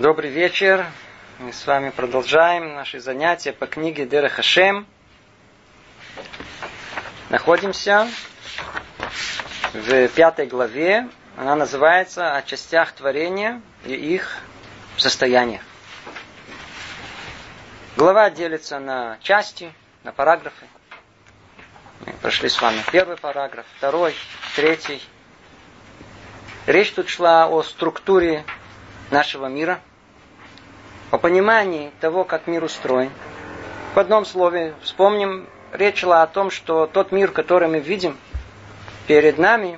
Добрый вечер. Мы с вами продолжаем наши занятия по книге Дерех Ашем. Находимся в 5 главе. Она называется «О частях творения и их состояниях». Глава делится на части, на параграфы. Мы прошли с вами первый параграф, второй, третий. Речь тут шла о структуре нашего мира, о понимании того, как мир устроен. В одном слове вспомним, речь шла о том, что тот мир, который мы видим перед нами,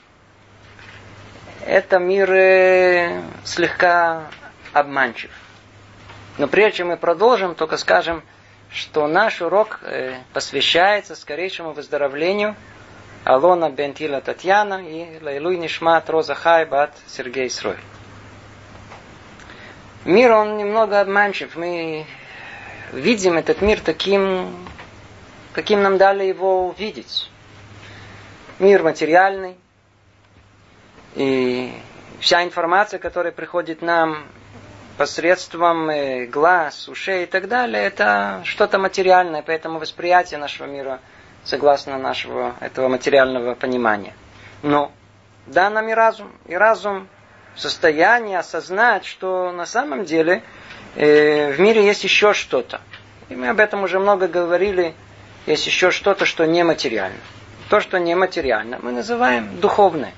это мир слегка обманчив. Но прежде чем мы продолжим, только скажем, что наш урок посвящается скорейшему выздоровлению Алона бен Тила Татьяна и Лейлуй Нишмат Роза Хай бат Сергей Срой. Мир, он немного обманчив. Мы видим этот мир таким, каким нам дали его видеть. Мир материальный. И вся информация, которая приходит нам посредством глаз, ушей и так далее, это что-то материальное. Поэтому восприятие нашего мира согласно нашего этого материального понимания. Но дан нам и разум в состоянии осознать, что на самом деле в мире есть еще что-то. И мы об этом уже много говорили. Есть еще что-то, что нематериально. То, что нематериально, мы называем духовное.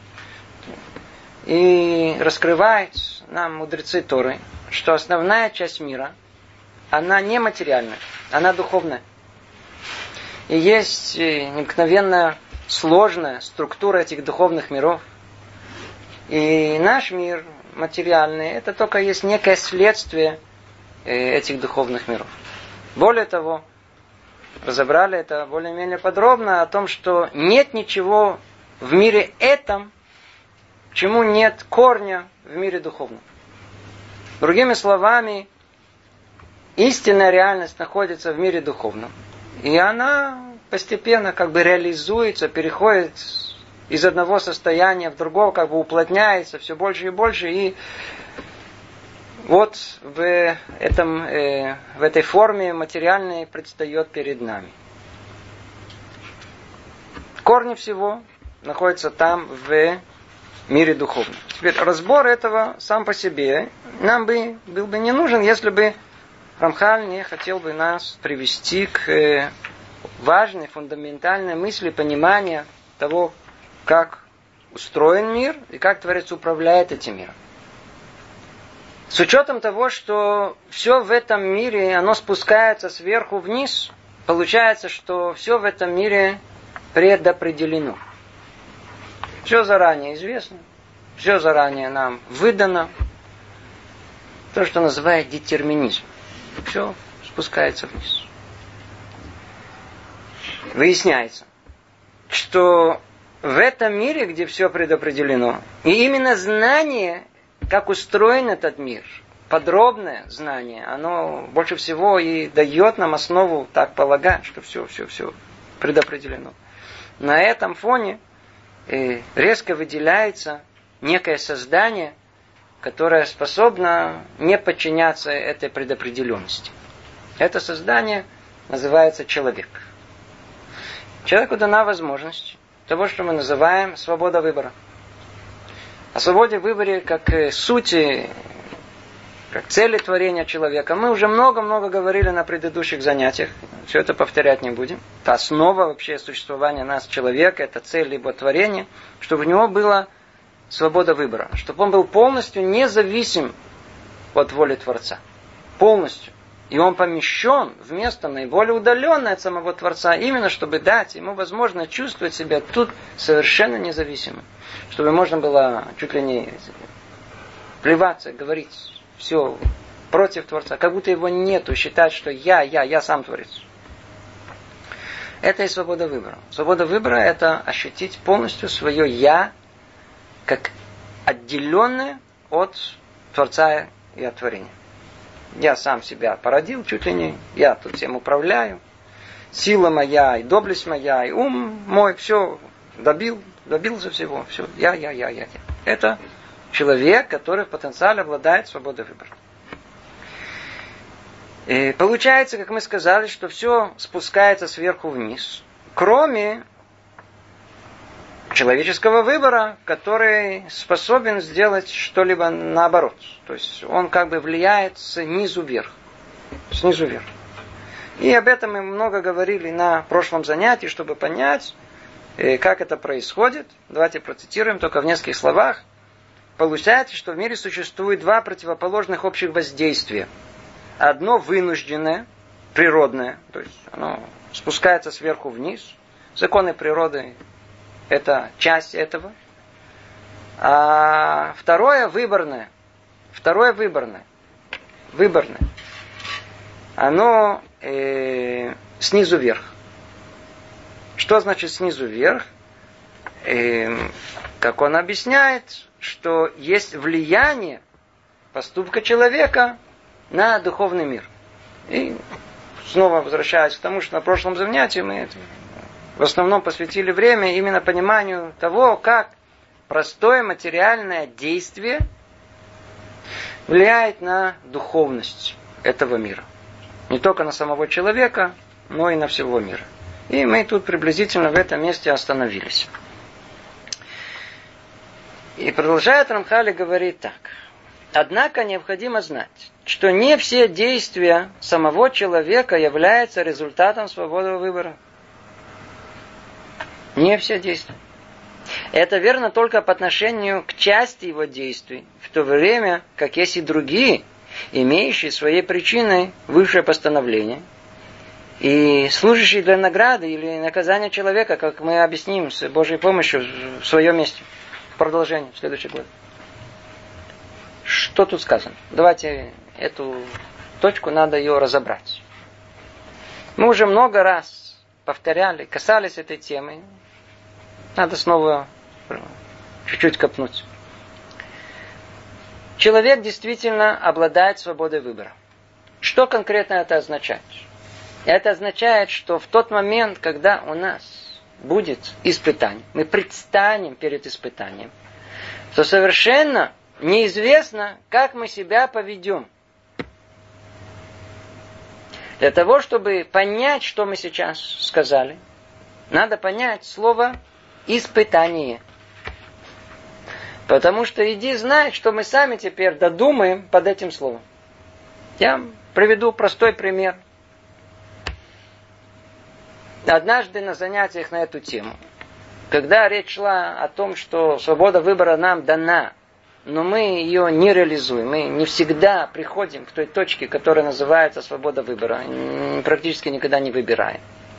И раскрывает нам мудрецы Торы, что основная часть мира, она нематериальная, она духовная. И есть необыкновенно сложная структура этих духовных миров. И наш мир материальный, это только есть некое следствие этих духовных миров. Более того, разобрали это более-менее подробно о том, что нет ничего в мире этом, чему нет корня в мире духовном. Другими словами, истинная реальность находится в мире духовном. И она постепенно как бы реализуется, переходит из одного состояния в другое, как бы уплотняется все больше и больше. И вот в этой форме материальной предстает перед нами. Корни всего находятся там, в мире духовном. Теперь разбор этого сам по себе нам был бы не нужен, если бы Рамхаль не хотел бы нас привести к важной, фундаментальной мысли понимания того, как устроен мир и как Творец управляет этим миром. С учетом того, что все в этом мире, оно спускается сверху вниз, получается, что все в этом мире предопределено. Все заранее известно, все заранее нам выдано. То, что называют детерминизм. Все спускается вниз. Выясняется, что в этом мире, где все предопределено, и именно знание, как устроен этот мир, подробное знание, оно больше всего и дает нам основу так полагать, что все предопределено. На этом фоне резко выделяется некое создание, которое способно не подчиняться этой предопределенности. Это создание называется человек. Человеку дана возможность того, что мы называем свобода выбора. О свободе выбора как сути, как цели творения человека мы уже много-много говорили на предыдущих занятиях. Все это повторять не будем. Это основа вообще существования нас, человека, это цель либо творения, чтобы у него была свобода выбора, чтобы он был полностью независим от воли Творца. Полностью. И он помещен в место наиболее удаленное от самого Творца, именно чтобы дать ему возможность чувствовать себя тут совершенно независимым. Чтобы можно было чуть ли не плеваться, говорить все против Творца, как будто его нету, считать, что я сам Творец. Это и свобода выбора. Свобода выбора – это ощутить полностью свое «я» как отделенное от Творца и от творения. Я сам себя породил, чуть ли не я тут всем управляю. Сила моя, и доблесть моя, и ум мой, все добился всего. Все, я. Это человек, который в потенциале обладает свободой выбора. И получается, как мы сказали, что все спускается сверху вниз, кроме человеческого выбора, который способен сделать что-либо наоборот. То есть он как бы влияет снизу вверх. Снизу вверх. И об этом мы много говорили на прошлом занятии, чтобы понять, как это происходит. Давайте процитируем только в нескольких словах. Получается, что в мире существует два противоположных общих воздействия. Одно вынужденное, природное, то есть оно спускается сверху вниз. Законы природы – это часть этого. А второе выборное. Второе выборное. Выборное. Оно снизу вверх. Что значит снизу вверх? Как он объясняет, что есть влияние поступка человека на духовный мир. И снова возвращаясь к тому, что на прошлом занятии мы в основном посвятили время именно пониманию того, как простое материальное действие влияет на духовность этого мира. Не только на самого человека, но и на всего мира. И мы тут приблизительно в этом месте остановились. И продолжает Рамхаль говорить так. Однако необходимо знать, что не все действия самого человека являются результатом свободного выбора. Не все действия. Это верно только по отношению к части его действий, в то время как есть и другие, имеющие своей причиной высшее постановление, и служащие для награды или наказания человека, как мы объясним с Божьей помощью в своем месте. Продолжение в следующий год. Что тут сказано? Давайте эту точку, надо ее разобрать. Мы уже много раз повторяли, касались этой темы. Надо снова чуть-чуть копнуть. Человек действительно обладает свободой выбора. Что конкретно это означает? Это означает, что в тот момент, когда у нас будет испытание, мы предстанем перед испытанием, то совершенно неизвестно, как мы себя поведем. Для того, чтобы понять, что мы сейчас сказали, надо понять слово «испытание». Потому что иди знай, что мы сами теперь додумаем под этим словом. Я приведу простой пример. Однажды на занятиях на эту тему, когда речь шла о том, что свобода выбора нам дана, но мы ее не реализуем, мы не всегда приходим к той точке, которая называется свобода выбора, практически никогда не выбираем,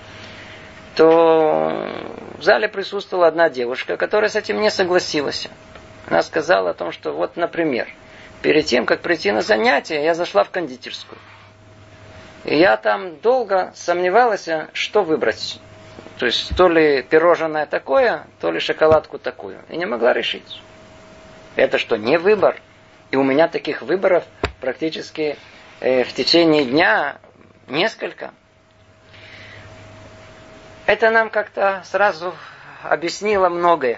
то в зале присутствовала одна девушка, которая с этим не согласилась. Она сказала о том, что вот, например, перед тем, как прийти на занятие, я зашла в кондитерскую. И я там долго сомневалась, что выбрать. То есть, то ли пирожное такое, то ли шоколадку такую. И не могла решить. Это что, не выбор? И у меня таких выборов практически в течение дня несколько. Это нам как-то сразу объяснило многое.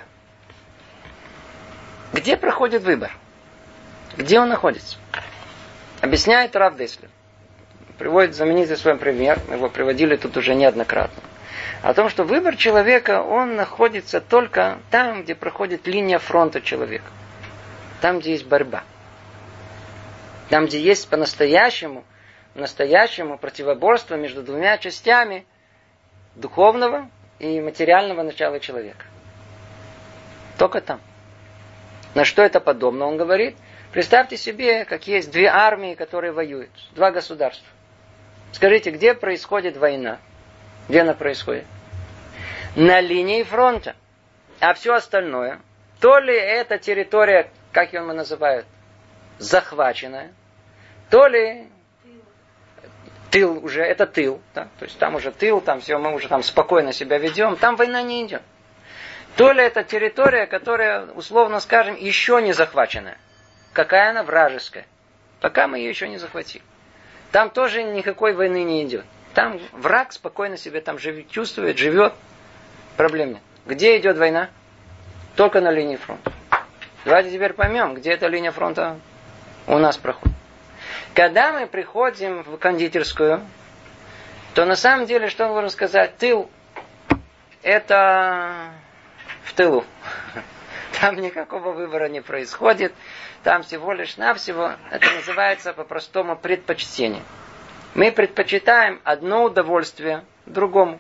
Где проходит выбор? Где он находится? Объясняет Рав Деслер. Приводит знаменитый свой пример, мы его приводили тут уже неоднократно. О том, что выбор человека, он находится только там, где проходит линия фронта человека. Там, где есть борьба. Там, где есть по-настоящему противоборство между двумя частями духовного и материального начала человека. Только там. На что это подобно, он говорит? Представьте себе, как есть две армии, которые воюют. Два государства. Скажите, где происходит война? Где она происходит? На линии фронта. А все остальное, то ли это территория, как ее называют, захваченная, то ли тыл уже, это тыл. Да? То есть там уже тыл, там все, мы уже там спокойно себя ведем, там война не идет. То ли это территория, которая, условно скажем, еще не захваченная. Какая она? Вражеская. Пока мы ее еще не захватили. Там тоже никакой войны не идет. Там враг спокойно себе там чувствует, живет. Проблем нет. Где идет война? Только на линии фронта. Давайте теперь поймем, где эта линия фронта у нас проходит. Когда мы приходим в кондитерскую, то на самом деле, что можно сказать? Тыл – это в тылу. Там никакого выбора не происходит. Там всего лишь навсего, это называется по-простому предпочтение. Мы предпочитаем одно удовольствие другому.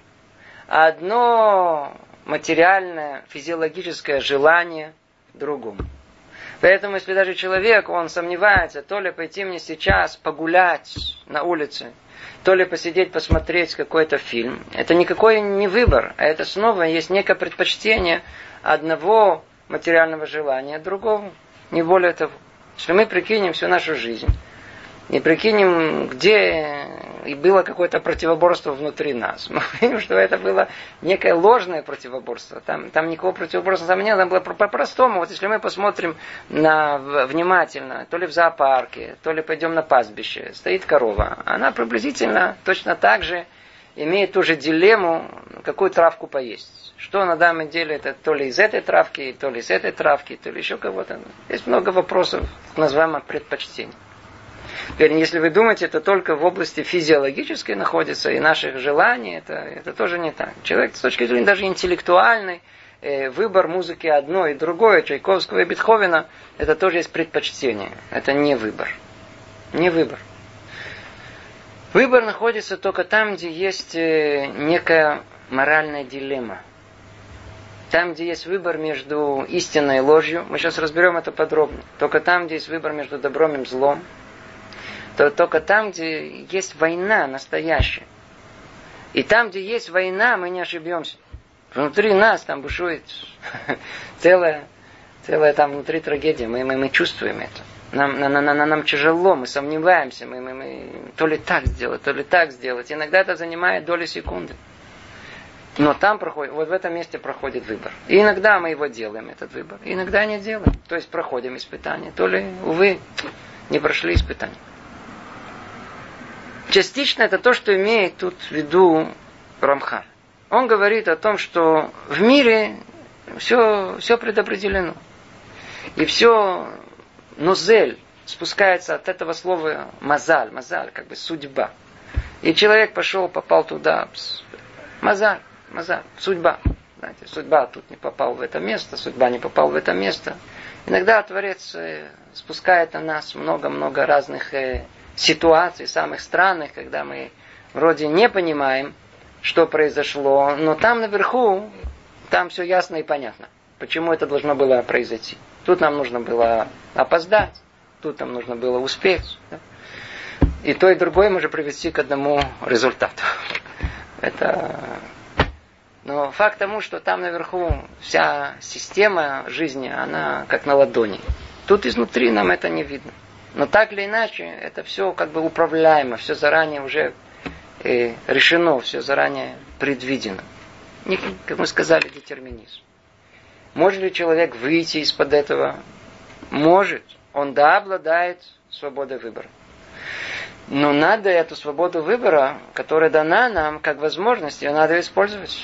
Одно материальное, физиологическое желание другому. Поэтому, если даже человек, он сомневается, то ли пойти мне сейчас погулять на улице, то ли посидеть, посмотреть какой-то фильм, это никакой не выбор, а это снова есть некое предпочтение одного материального желания другому, не более того. Если мы прикинем всю нашу жизнь, и прикинем, где и было какое-то противоборство внутри нас. Мы видим, что это было некое ложное противоборство. Там никакого противоборства там нет, там было по-простому. Вот если мы посмотрим внимательно, то ли в зоопарке, то ли пойдем на пастбище, стоит корова. Она приблизительно точно так же имеет ту же дилемму, какую травку поесть. Что на данном деле это то ли из этой травки, то ли из этой травки, то ли еще кого-то. Есть много вопросов, называемых предпочтений. Теперь, если вы думаете, это только в области физиологической находится, и наших желаний, это тоже не так. Человек с точки зрения даже интеллектуальной, выбор музыки одно и другое, Чайковского и Бетховена, это тоже есть предпочтение. Это не выбор. Не выбор. Выбор находится только там, где есть некая моральная дилемма. Там, где есть выбор между истиной и ложью, мы сейчас разберем это подробно. Только там, где есть выбор между добром и злом, то только там, где есть война настоящая. И там, где есть война, мы не ошибемся. Внутри нас там бушует целая там внутри трагедия. Мы чувствуем это. Нам тяжело, мы сомневаемся. Мы то ли так сделать, то ли так сделать. Иногда это занимает доли секунды. Но там проходит, вот в этом месте проходит выбор. И иногда мы его делаем, этот выбор. И иногда не делаем. То есть проходим испытания. То ли, увы, не прошли испытания. Частично это то, что имеет тут в виду Рамхаль. Он говорит о том, что в мире все предопределено. И все нозель спускается от этого слова мазаль, как бы судьба. И человек попал туда. Мазаль, судьба. Знаете, судьба тут не попал в это место, судьба не попал в это место. Иногда Творец спускает на нас много-много разных ситуаций, самых странных, когда мы вроде не понимаем, что произошло, но там наверху, там все ясно и понятно, почему это должно было произойти. Тут нам нужно было опоздать, тут нам нужно было успеть. Да? И то, и другое может привести к одному результату. Но факт тому, что там наверху вся система жизни, она как на ладони. Тут изнутри нам это не видно. Но так или иначе, это все как бы управляемо, все заранее уже решено, все заранее предвидено. Как мы сказали, детерминизм. Может ли человек выйти из-под этого? Может. Он, да, обладает свободой выбора. Но надо эту свободу выбора, которая дана нам как возможность, ее надо использовать.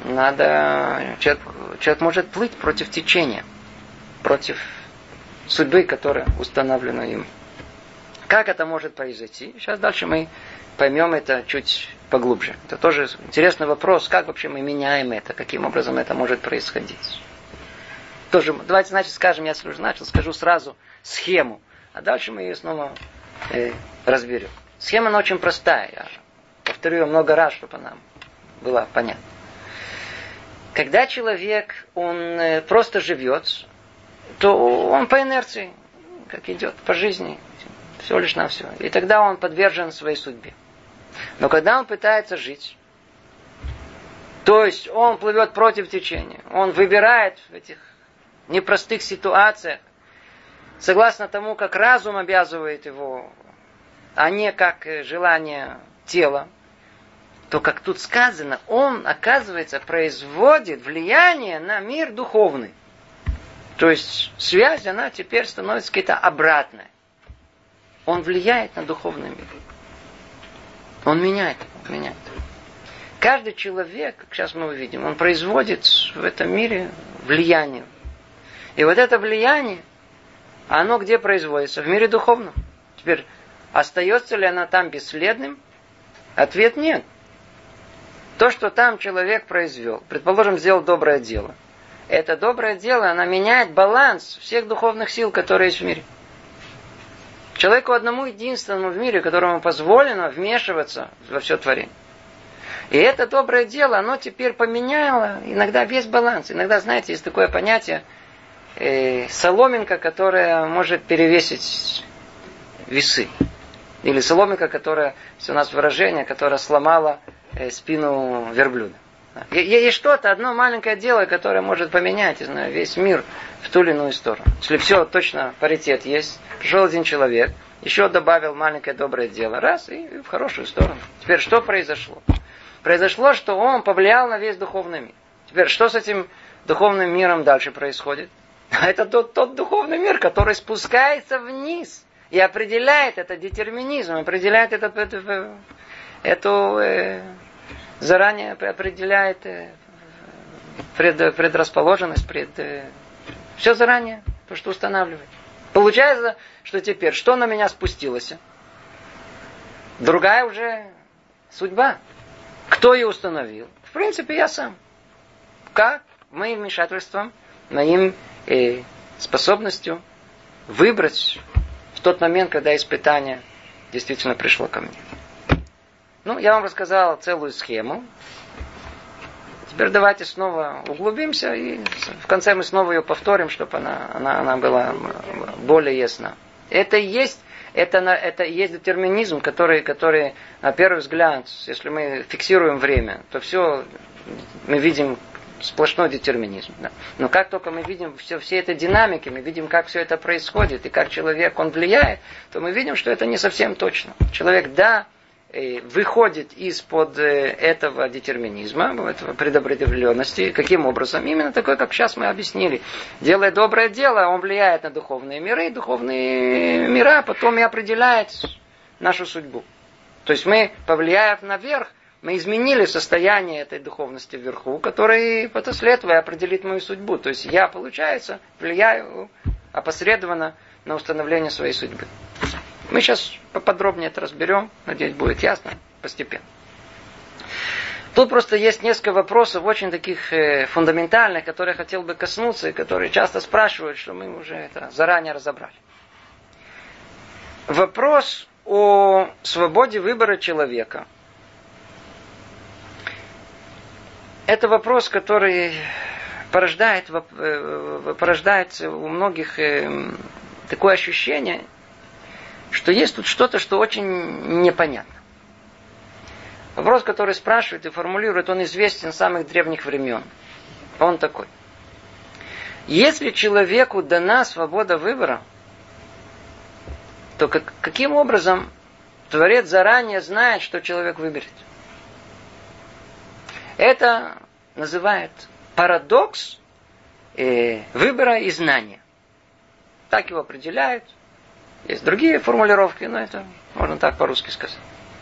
Человек может плыть против течения, против судьбы, которая установлена им. Как это может произойти? Сейчас дальше мы поймем это чуть поглубже. Это тоже интересный вопрос, как вообще мы меняем это, каким образом это может происходить. Тоже, давайте, значит, скажем, я уже начал, скажу сразу схему, а дальше мы ее снова разберем. Схема, она очень простая, я повторю ее много раз, чтобы она была понятна. Когда человек, он просто живет, то он по инерции, как идет по жизни, все лишь на все. И тогда он подвержен своей судьбе. Но когда он пытается жить, то есть он плывет против течения, он выбирает в этих непростых ситуациях, согласно тому, как разум обязывает его, а не как желание тела, то, как тут сказано, он, оказывается, производит влияние на мир духовный. То есть связь, она теперь становится какая-то обратная. Он влияет на духовный мир. Он меняет. Каждый человек, как сейчас мы увидим, он производит в этом мире влияние. И вот это влияние, оно где производится? В мире духовном. Теперь Остается ли она там бесследным? Ответ нет. То, что там человек произвел, предположим, сделал доброе дело. Это доброе дело, оно меняет баланс всех духовных сил, которые есть в мире. Человеку одному единственному в мире, которому позволено вмешиваться во все творение. И это доброе дело, оно теперь поменяло иногда весь баланс. Иногда, знаете, есть такое понятие соломинка, которая может перевесить весы. Или соломинка, которая, есть у нас выражение, которая сломала спину верблюда. Есть что-то, одно маленькое дело, которое может поменять, не знаю, весь мир в ту или иную сторону. Если все точно паритет есть, пришел один человек, еще добавил маленькое доброе дело, раз, и в хорошую сторону. Теперь что произошло? Произошло, что он повлиял на весь духовный мир. Теперь что с этим духовным миром дальше происходит? Это тот духовный мир, который спускается вниз и определяет это детерминизм, определяет эту заранее определяет предрасположенность, все заранее, то, что устанавливает. Получается, что теперь, что на меня спустилось? Другая уже судьба. Кто ее установил? В принципе, я сам. Как? Моим вмешательством, моим способностью выбрать в тот момент, когда испытание действительно пришло ко мне. Ну, я вам рассказал целую схему. Теперь давайте снова углубимся, и в конце мы снова ее повторим, чтобы она была более ясна. Это и есть детерминизм, который, на первый взгляд, если мы фиксируем время, то все мы видим сплошной детерминизм. Да. Но как только мы видим все этой динамики, мы видим, как все это происходит, и как человек, он влияет, то мы видим, что это не совсем точно. Человек, выходит из-под этого детерминизма, этого предопределенности. Каким образом? Именно такой, как сейчас мы объяснили. Делая доброе дело, он влияет на духовные миры, и духовные мира потом и определяет нашу судьбу. То есть мы, повлияв наверх, мы изменили состояние этой духовности вверху, который последствия определит мою судьбу. То есть я, получается, влияю опосредованно на установление своей судьбы. Мы сейчас поподробнее это разберем. Надеюсь, будет ясно постепенно. Тут просто есть несколько вопросов, очень таких фундаментальных, которые я хотел бы коснуться, и которые часто спрашивают, что мы уже это заранее разобрали. Вопрос о свободе выбора человека. Это вопрос, который порождает у многих такое ощущение, что есть тут что-то, что очень непонятно. Вопрос, который спрашивает и формулирует, он известен с самых древних времен. Он такой. Если человеку дана свобода выбора, то каким образом Творец заранее знает, что человек выберет? Это называют парадокс выбора и знания. Так его определяют. Есть другие формулировки, но это можно так по-русски сказать.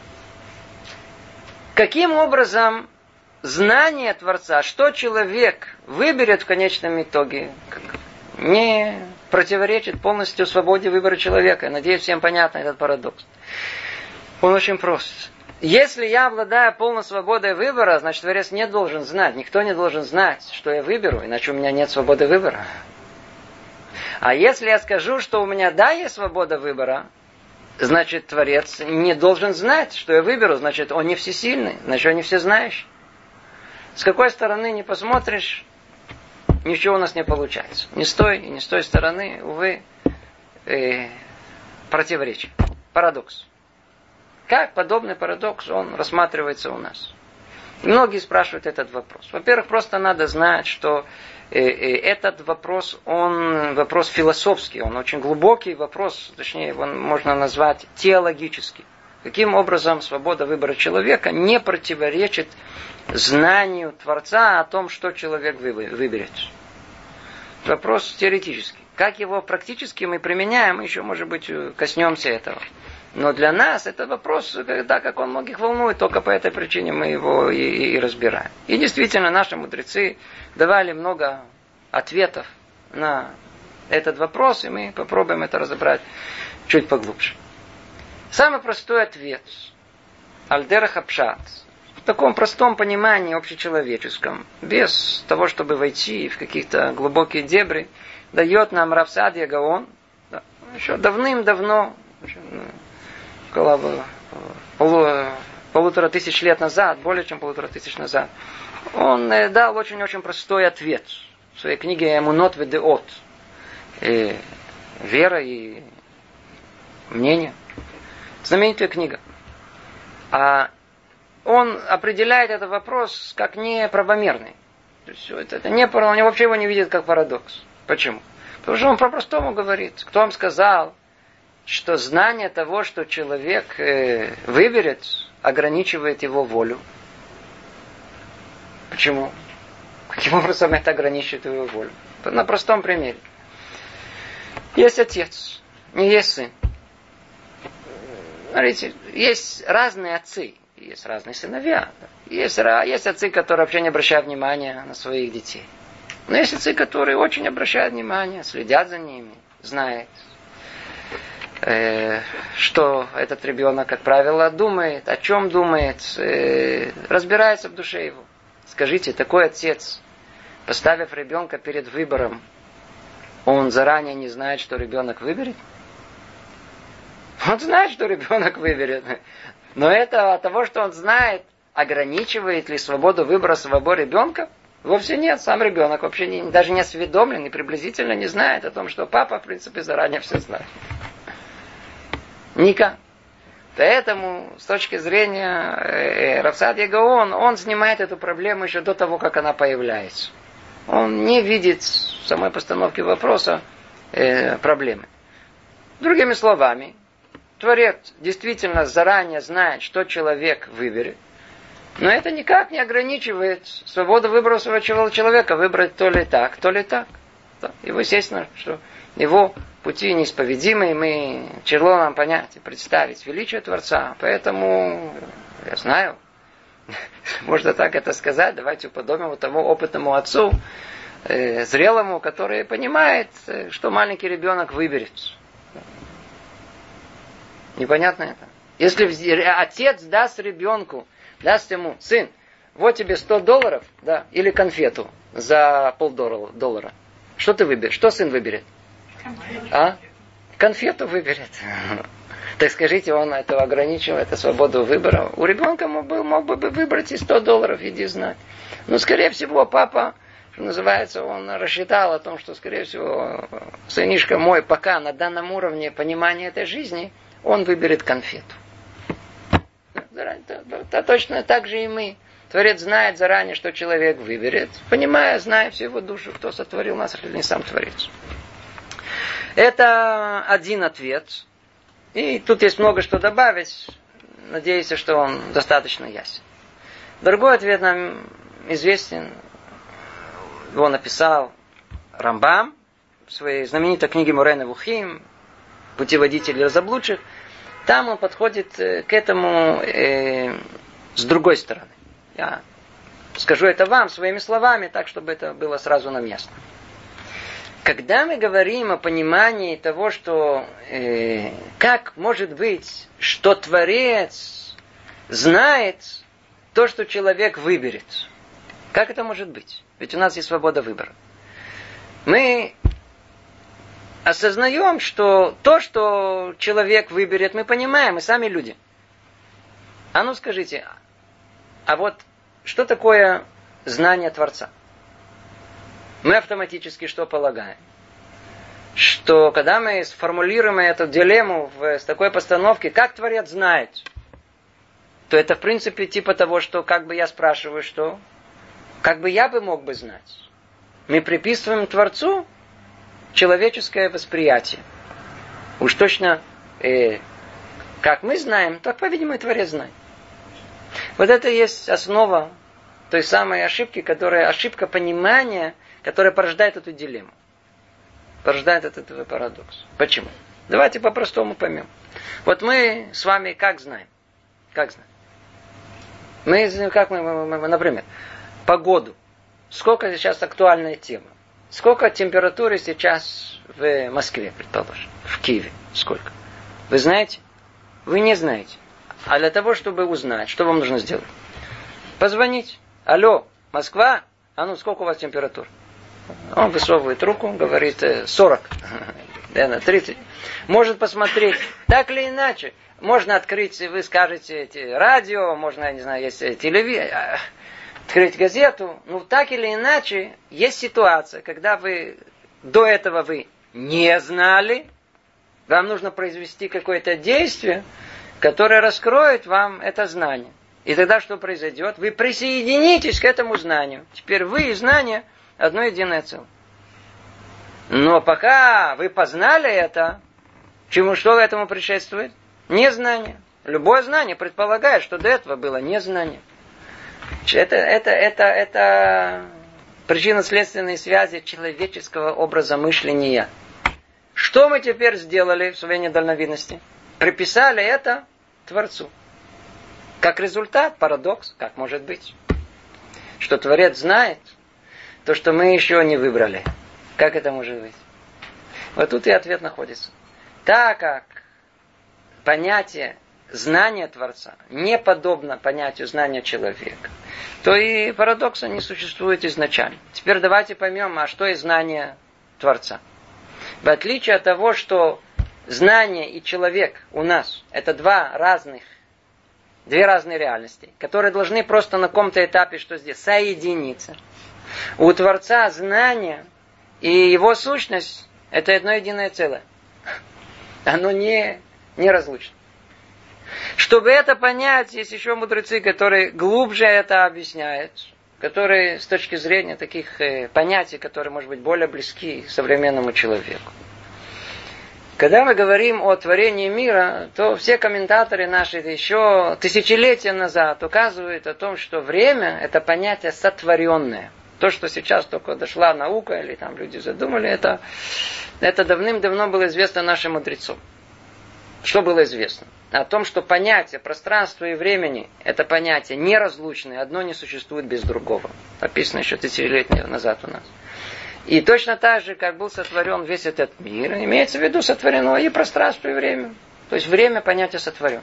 Каким образом знание Творца, что человек выберет в конечном итоге, не противоречит полностью свободе выбора человека? Я надеюсь, всем понятно этот парадокс. Он очень прост. Если я обладаю полной свободой выбора, значит, Творец не должен знать, никто не должен знать, что я выберу, иначе у меня нет свободы выбора. А если я скажу, что у меня есть свобода выбора, значит, Творец не должен знать, что я выберу, значит, он не всесильный, значит, он не всезнающий. С какой стороны не посмотришь, ничего у нас не получается. Ни с той и ни с той стороны, увы, противоречие. Парадокс. Как подобный парадокс, он рассматривается у нас? И многие спрашивают этот вопрос. Во-первых, просто надо знать, что этот вопрос, он вопрос философский, он очень глубокий вопрос, точнее, его можно назвать теологический. Каким образом свобода выбора человека не противоречит знанию Творца о том, что человек выберет? Вопрос теоретический. Как его практически мы применяем, еще, может быть, коснемся этого. Но для нас это вопрос, так как он многих волнует, только по этой причине мы его и разбираем. И действительно, наши мудрецы давали много ответов на этот вопрос, и мы попробуем это разобрать чуть поглубже. Самый простой ответ. Аль-Дерах Апшат. В таком простом понимании общечеловеческом, без того, чтобы войти в какие-то глубокие дебри, дает нам Рав Саадья Гаон, да, еще давным-давно, около 1500 лет назад, более чем 1500 назад, он дал очень-очень простой ответ в своей книге «Эмунот ведеот». Вера и мнение. Знаменитая книга. А он определяет этот вопрос как неправомерный. То есть это не, он вообще его не видит как парадокс. Почему? Потому что он по-простому говорит. Кто вам сказал, что знание того, что человек выберет, ограничивает его волю? Почему? Каким образом это ограничивает его волю? На простом примере. Есть отец, не есть сын. Смотрите, есть разные отцы, есть разные сыновья. Есть отцы, которые вообще не обращают внимания на своих детей. Но есть отцы, которые очень обращают внимание, следят за ними, знают, что этот ребенок, как правило, думает, о чем думает, разбирается в душе его. Скажите, такой отец, поставив ребенка перед выбором, он заранее не знает, что ребенок выберет? Он знает, что ребенок выберет. Но это от того, что он знает, ограничивает ли свободу выбора своего ребенка? Вовсе нет. Сам ребенок вообще даже не осведомлен и приблизительно не знает о том, что папа, в принципе, заранее все знает. Никак. Поэтому, с точки зрения Рав Саадья Гаон, он снимает эту проблему еще до того, как она появляется. Он не видит в самой постановке вопроса проблемы. Другими словами, Творец действительно заранее знает, что человек выберет, но это никак не ограничивает свободу выбора своего человека выбрать то ли так, то ли так. Его, естественно, что его пути неисповедимы, мы тяжело нам понять и представить величие Творца. Поэтому, я знаю, можно так это сказать, давайте уподобим вот тому опытному отцу, зрелому, который понимает, что маленький ребенок выберет. Непонятно это. Если отец даст ребенку, даст ему, сын, вот тебе $100, да, или конфету за $0,50. Что ты выберешь? Что сын выберет? А? Конфету выберет. Так скажите, он этого ограничивает, это свободу выбора. У ребенка мог бы выбрать и $100, иди знать. Но, скорее всего, папа, что называется, он рассчитал о том, что, скорее всего, сынишка мой пока на данном уровне понимания этой жизни, он выберет конфету. Да, точно так же и мы. Творец знает заранее, что человек выберет, зная всю его душу, кто сотворил нас, или не сам Творец. Это один ответ. И тут есть много что добавить. Надеюсь, что он достаточно ясен. Другой ответ нам известен. Его написал Рамбам в своей знаменитой книге Морэ Невухим, путеводитель для заблудших. Там он подходит к этому с другой стороны. Я скажу это вам своими словами, так, чтобы это было сразу нам ясно. Когда мы говорим о понимании того, что как может быть, что Творец знает то, что человек выберет. Как это может быть? Ведь у нас есть свобода выбора. Мы осознаем, что то, что человек выберет, мы понимаем, мы сами люди. А ну скажите, а вот что такое знание Творца? Мы автоматически что полагаем? Что когда мы сформулируем эту дилемму с такой постановкой, как Творец знает, то это в принципе типа того, что как бы я спрашиваю, что как бы я мог бы знать. Мы приписываем Творцу человеческое восприятие. Уж точно, как мы знаем, так, по-видимому, и Творец знает. Вот это и есть основа той самой ошибки, ошибка понимания, которая порождает эту дилемму. Порождает от этого парадокс. Почему? Давайте по-простому поймем. Вот мы с вами как знаем? Как знаем? Мы, например, погоду. Сколько сейчас актуальная тема? Сколько температуры сейчас в Москве, предположим? В Киеве? Сколько? Вы знаете? вы не знаете. А для того, чтобы узнать, что вам нужно сделать? Позвонить. Алло, Москва? А ну, сколько у вас температура? Он высовывает руку, говорит 40. 30. Может посмотреть. Так или иначе. Можно открыть, вы скажете, радио, можно, я не знаю, есть телевизор, открыть газету. Ну, так или иначе, есть ситуация, когда до этого вы не знали, вам нужно произвести какое-то действие, которое раскроет вам это знание. И тогда что произойдет? Вы присоединитесь к этому знанию. Теперь вы и знание одно единое целое. Но пока вы познали это, что этому предшествует? Незнание. Любое знание предполагает, что до этого было незнание. Это причинно-следственные связи человеческого образа мышления. Что мы теперь сделали в своей недальновидности? Приписали это Творцу. Как результат, парадокс, как может быть? Что Творец знает то, что мы еще не выбрали. Как это может быть? Вот тут и ответ находится. Так как понятие знания Творца не подобно понятию знания человека, то и парадокса не существует изначально. Теперь давайте поймем, а что есть знание Творца. В отличие от того, что знание и человек у нас это две разные реальности, которые должны просто на каком-то этапе, что здесь, соединиться. У Творца знание и его сущность это одно единое целое. Оно не разлучно. Чтобы это понять, есть еще мудрецы, которые глубже это объясняют, которые с точки зрения таких понятий, которые, может быть, более близки современному человеку. Когда мы говорим о творении мира, то все комментаторы наши еще тысячелетия назад указывают о том, что время – это понятие сотворенное. То, что сейчас только дошла наука, или там люди задумали, это давным-давно было известно нашим мудрецам. Что было известно? О том, что понятие пространства и времени – это понятие неразлучное, одно не существует без другого. Описано еще тысячелетия назад у нас. И точно так же, как был сотворен весь этот мир, имеется в виду сотворено и пространство, и время. То есть время – понятие сотворенное.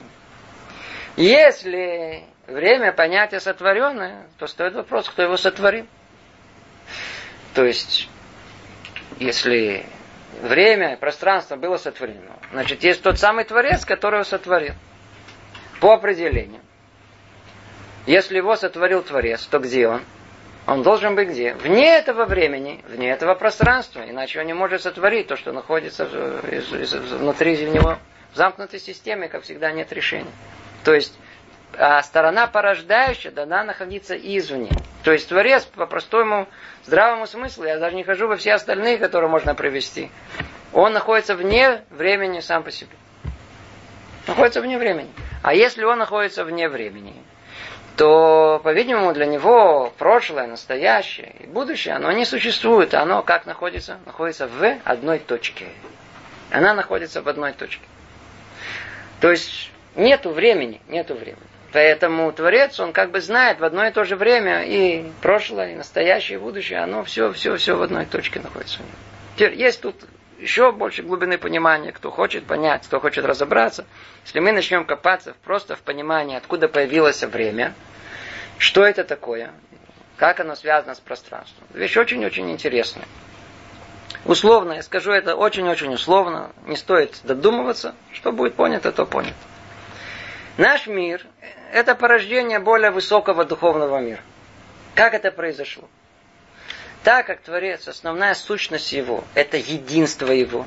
Если время – понятие сотворенное, то стоит вопрос, кто его сотворил. То есть, если время и пространство было сотворено, значит, есть тот самый Творец, который его сотворил. По определению. Если его сотворил Творец, то где он? Он должен быть где? Вне этого времени, вне этого пространства. Иначе он не может сотворить то, что находится внутри него. В замкнутой системе, как всегда, нет решения. То есть, сторона порождающая должна находиться извне. То есть, Творец, по простому здравому смыслу, я даже не хожу во все остальные, которые можно привести, он находится вне времени сам по себе. Находится вне времени. А если он находится вне времени, то, по-видимому, для него прошлое, настоящее и будущее, оно не существует. Оно как находится? Находится в одной точке. Она находится в одной точке. То есть, нету времени. Поэтому Творец, он как бы знает в одно и то же время и прошлое, и настоящее, и будущее, оно все в одной точке находится. Теперь есть тут еще больше глубины понимания, кто хочет понять, кто хочет разобраться. Если мы начнем копаться просто в понимании, откуда появилось время, что это такое, как оно связано с пространством. Вещь очень-очень интересная. Условно, я скажу это очень-очень условно, не стоит додумываться, что будет понято, то понято. Наш мир – это порождение более высокого духовного мира. Как это произошло? Так как Творец, основная сущность Его – это единство Его,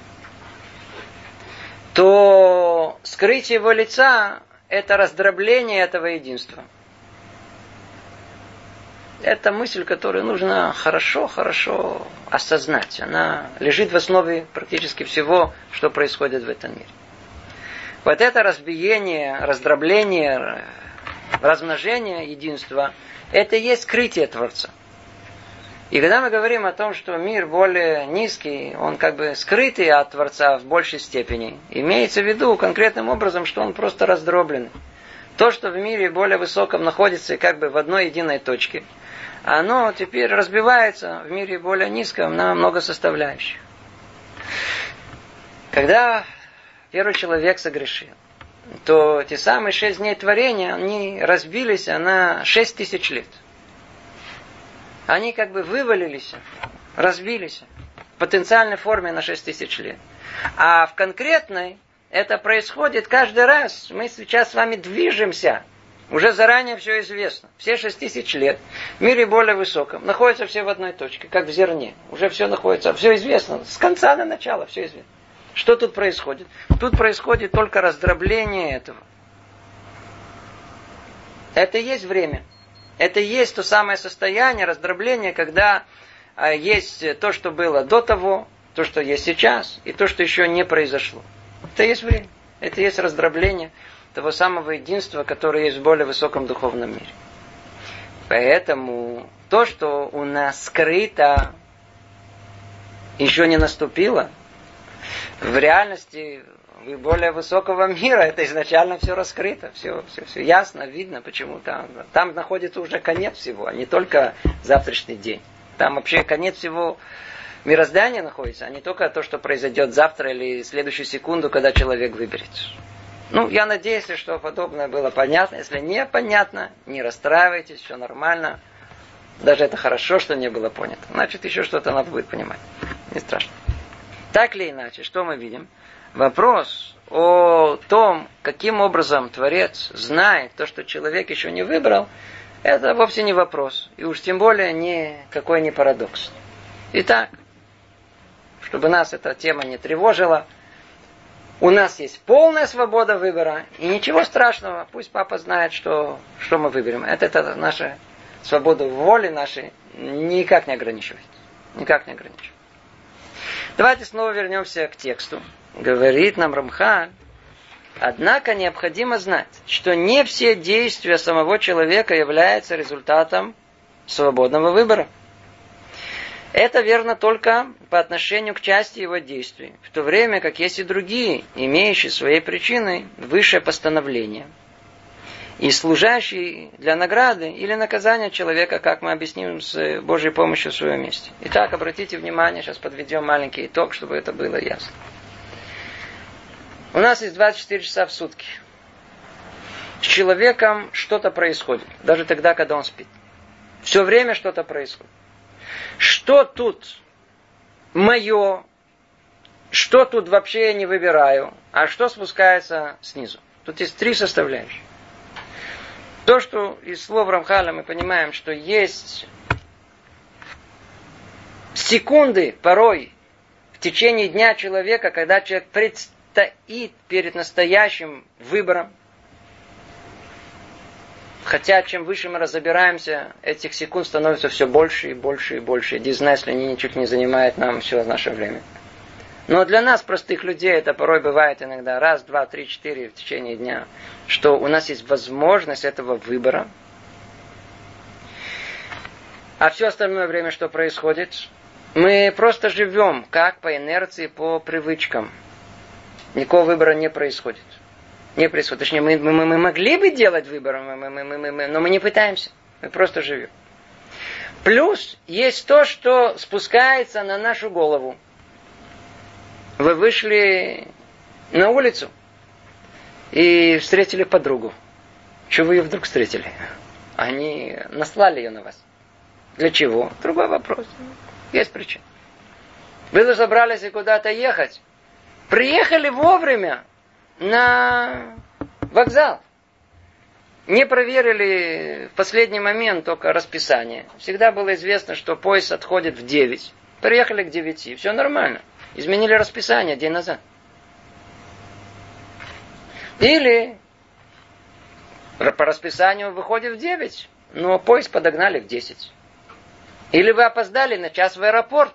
то скрытие Его лица – это раздробление этого единства. Это мысль, которую нужно хорошо осознать. Она лежит в основе практически всего, что происходит в этом мире. Вот это разбиение, раздробление, размножение единства – это и есть скрытие Творца. И когда мы говорим о том, что мир более низкий, он как бы скрытый от Творца в большей степени, имеется в виду конкретным образом, что он просто раздробленный. То, что в мире более высоком находится как бы в одной единой точке, оно теперь разбивается в мире более низком на много составляющих. Когда первый человек согрешил, то те самые 6 дней творения, они разбились на 6000 лет. Они как бы вывалились, разбились в потенциальной форме на 6000 лет. А в конкретной это происходит каждый раз. Мы сейчас с вами движемся. Уже заранее все известно. Все 6000 лет в мире более высоком находятся все в одной точке, как в зерне. Уже все находится, все известно. С конца до начала все известно. Что тут происходит? Тут происходит только раздробление этого. Это и есть время. Это и есть то самое состояние раздробления, когда есть то, что было до того, то, что есть сейчас, и то, что еще не произошло. Это и есть время. Это и есть раздробление того самого единства, которое есть в более высоком духовном мире. Поэтому то, что у нас скрыто, еще не наступило, в реальности более высокого мира это изначально все раскрыто, все ясно, видно, почему там находится уже конец всего, а не только завтрашний день. Там вообще конец всего мироздания находится, а не только то, что произойдет завтра или следующую секунду, когда человек выберет. Я надеюсь, что подобное было понятно. Если не понятно, не расстраивайтесь, все нормально. Даже это хорошо, что не было понято. Значит, еще что-то надо будет понимать. Не страшно. Так или иначе, что мы видим? Вопрос о том, каким образом Творец знает то, что человек еще не выбрал, это вовсе не вопрос. И уж тем более никакой не парадокс. Итак, чтобы нас эта тема не тревожила, у нас есть полная свобода выбора, и ничего страшного, пусть папа знает, что мы выберем. Это наша свобода воли нашей никак не ограничивает. Никак не ограничивает. Давайте снова вернемся к тексту. Говорит нам Рамхаль, однако необходимо знать, что не все действия самого человека являются результатом свободного выбора. Это верно только по отношению к части его действий, в то время как есть и другие, имеющие своей причиной высшее постановление, и служащие для награды или наказания человека, как мы объясним с Божьей помощью в своем месте. Итак, обратите внимание, сейчас подведем маленький итог, чтобы это было ясно. У нас есть 24 часа в сутки. С человеком что-то происходит, даже тогда, когда он спит. Все время что-то происходит. Что тут мое, что тут вообще я не выбираю, а что спускается снизу. Тут есть 3 составляющие. То, что из слов Рамхаля мы понимаем, что есть секунды порой в течение дня человека, когда человек предстоит перед настоящим выбором. Хотя, чем выше мы разбираемся, этих секунд становится все больше и больше и больше. Не знаю, если они ничуть не занимают нам все наше время. Но для нас, простых людей, это порой бывает иногда 1, 2, 3, 4 в течение дня, что у нас есть возможность этого выбора. А все остальное время, что происходит, мы просто живем, как по инерции, по привычкам. Никакого выбора не происходит. Не происходит. Точнее, мы могли бы делать выбор, но мы не пытаемся. Мы просто живем. Плюс есть то, что спускается на нашу голову. Вы вышли на улицу и встретили подругу. Чего вы ее вдруг встретили? Они наслали ее на вас. Для чего? Другой вопрос. Есть причина. Вы собрались куда-то ехать. Приехали вовремя на вокзал. Не проверили в последний момент только расписание. Всегда было известно, что поезд отходит в 9. Приехали к 9. Все нормально. Изменили расписание день назад. Или по расписанию выходит в 9, но поезд подогнали в 10. Или вы опоздали на час в аэропорт.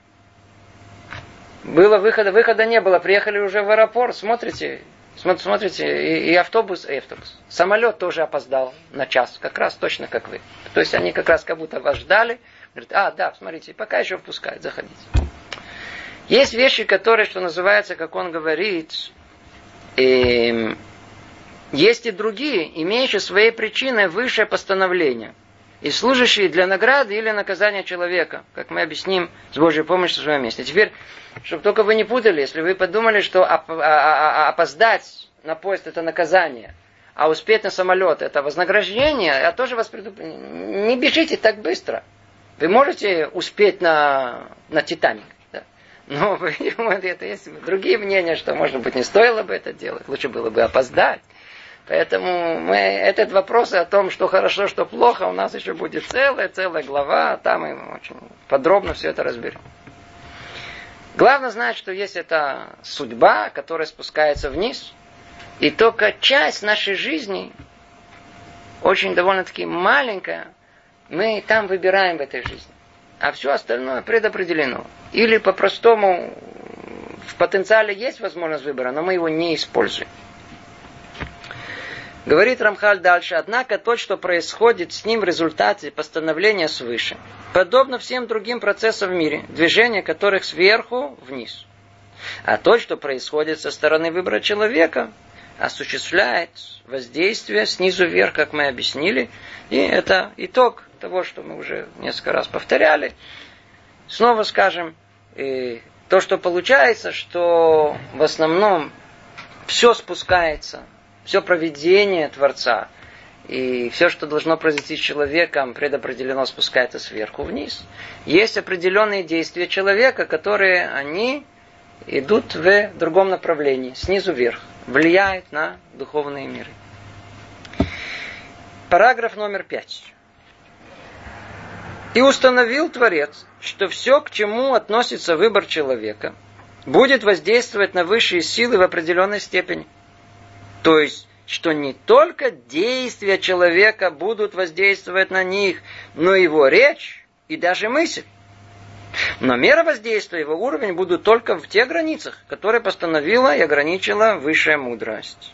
Было выхода не было, приехали уже в аэропорт, смотрите, и автобус. Самолет тоже опоздал на час, как раз точно как вы. То есть они как раз как будто вас ждали. Говорят, да, смотрите, пока еще впускают, заходите. Есть вещи, которые, что называется, как он говорит, есть и другие, имеющие своей причиной высшее постановление. И служащие для награды или наказания человека, как мы объясним с Божьей помощью в своем месте. Теперь, чтобы только вы не путали, если вы подумали, что опоздать на поезд это наказание, а успеть на самолет это вознаграждение, я тоже вас предупреждаю. Не бежите так быстро. Вы можете успеть на Титаник. Да? Но это есть другие мнения, что, может быть, не стоило бы это делать. Лучше было бы опоздать. Поэтому этот вопрос о том, что хорошо, что плохо, у нас еще будет целая глава. Там мы очень подробно все это разберем. Главное знать, что есть эта судьба, которая спускается вниз. И только часть нашей жизни, очень довольно-таки маленькая, мы там выбираем в этой жизни. А все остальное предопределено. Или по-простому в потенциале есть возможность выбора, но мы его не используем. Говорит Рамхаль дальше. Однако то, что происходит с ним в результате постановления свыше, подобно всем другим процессам в мире, движение которых сверху вниз. А то, что происходит со стороны выбора человека, осуществляет воздействие снизу вверх, как мы объяснили. И это итог того, что мы уже несколько раз повторяли. Снова скажем, то, что получается, что в основном все спускается, все провидение Творца, и все, что должно произойти с человеком, предопределено, спускается сверху вниз. Есть определенные действия человека, которые они идут в другом направлении, снизу вверх, влияют на духовные миры. Параграф номер 5. И установил Творец, что все, к чему относится выбор человека, будет воздействовать на высшие силы в определенной степени. То есть, что не только действия человека будут воздействовать на них, но и его речь и даже мысль. Но мера воздействия, его уровень будут только в тех границах, которые постановила и ограничила высшая мудрость.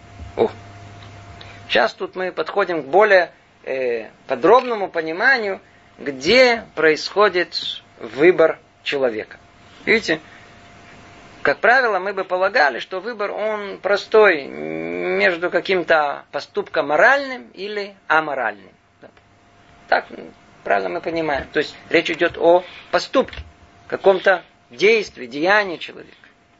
Сейчас тут мы подходим к более подробному пониманию, где происходит выбор человека. Видите? Как правило, мы бы полагали, что выбор, он простой, между каким-то поступком моральным или аморальным. Так правильно мы понимаем. То есть речь идет о поступке, каком-то действии, деянии человека.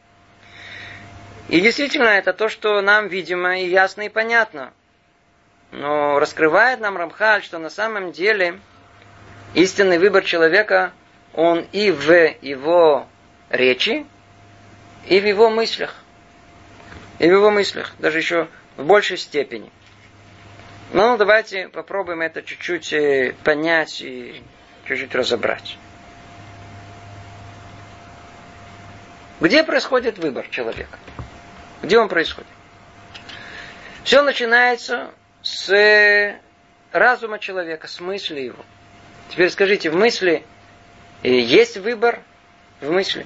И действительно, это то, что нам видимо и ясно и понятно. Но раскрывает нам Рамхаль, что на самом деле истинный выбор человека, он и в его речи, и в его мыслях. И в его мыслях, даже еще в большей степени. Ну, давайте попробуем это чуть-чуть понять и чуть-чуть разобрать. Где происходит выбор человека? Где он происходит? Все начинается с разума человека, с мысли его. Теперь скажите, в мысли есть выбор в мысли?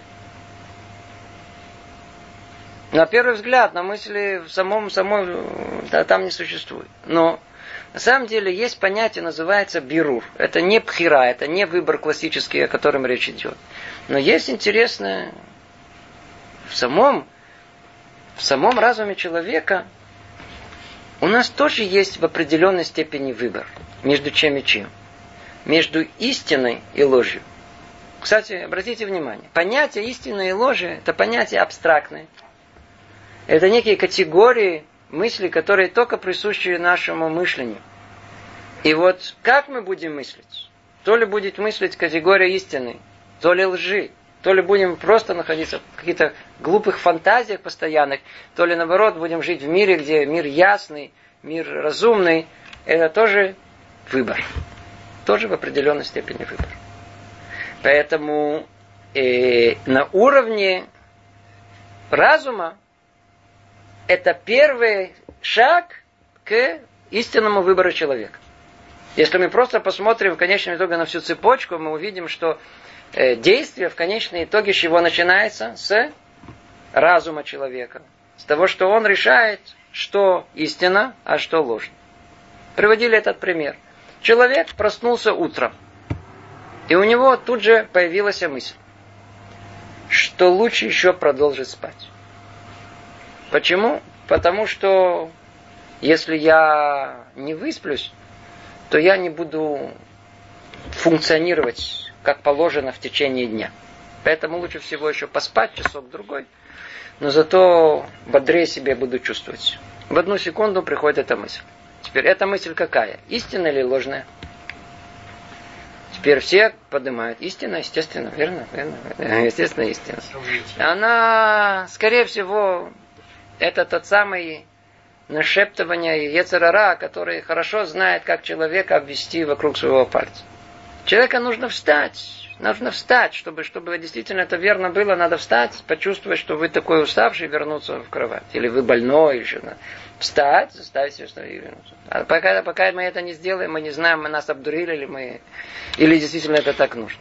На первый взгляд, на мысли самой там не существует. Но на самом деле есть понятие, называется бирур. Это не пхира, это не выбор классический, о котором речь идет. Но есть интересное в самом разуме человека у нас тоже есть в определенной степени выбор. Между чем и чем. Между истиной и ложью. Кстати, обратите внимание. Понятие истины и ложи это понятие абстрактное. Это некие категории мыслей, которые только присущи нашему мышлению. И вот как мы будем мыслить? То ли будет мыслить категория истины, то ли лжи, то ли будем просто находиться в каких-то глупых фантазиях постоянных, то ли наоборот будем жить в мире, где мир ясный, мир разумный. Это тоже выбор. Тоже в определенной степени выбор. Поэтому на уровне разума это первый шаг к истинному выбору человека. Если мы просто посмотрим в конечном итоге на всю цепочку, мы увидим, что действие в конечном итоге с чего начинается? С разума человека. С того, что он решает, что истина, а что ложь. Приводили этот пример. Человек проснулся утром, и у него тут же появилась мысль, что лучше еще продолжить спать. Почему? Потому что если я не высплюсь, то я не буду функционировать как положено в течение дня. Поэтому лучше всего еще поспать часок-другой. но зато бодрее себя буду чувствовать. В одну секунду приходит эта мысль. Теперь эта мысль какая? Истинная или ложная? Теперь все поднимают. Истина, естественно, верно? Естественно, истина. Она, скорее всего, это тот самый нашептывание йецер ара, который хорошо знает, как человека обвести вокруг своего пальца. Человеку нужно встать. Нужно встать, чтобы действительно это верно было, надо встать, почувствовать, что вы такой уставший, вернуться в кровать. Или вы больной, или что-то. Встать, заставить себя встать и вернуться. А пока мы это не сделаем, мы не знаем, мы нас обдурили, или действительно это так нужно.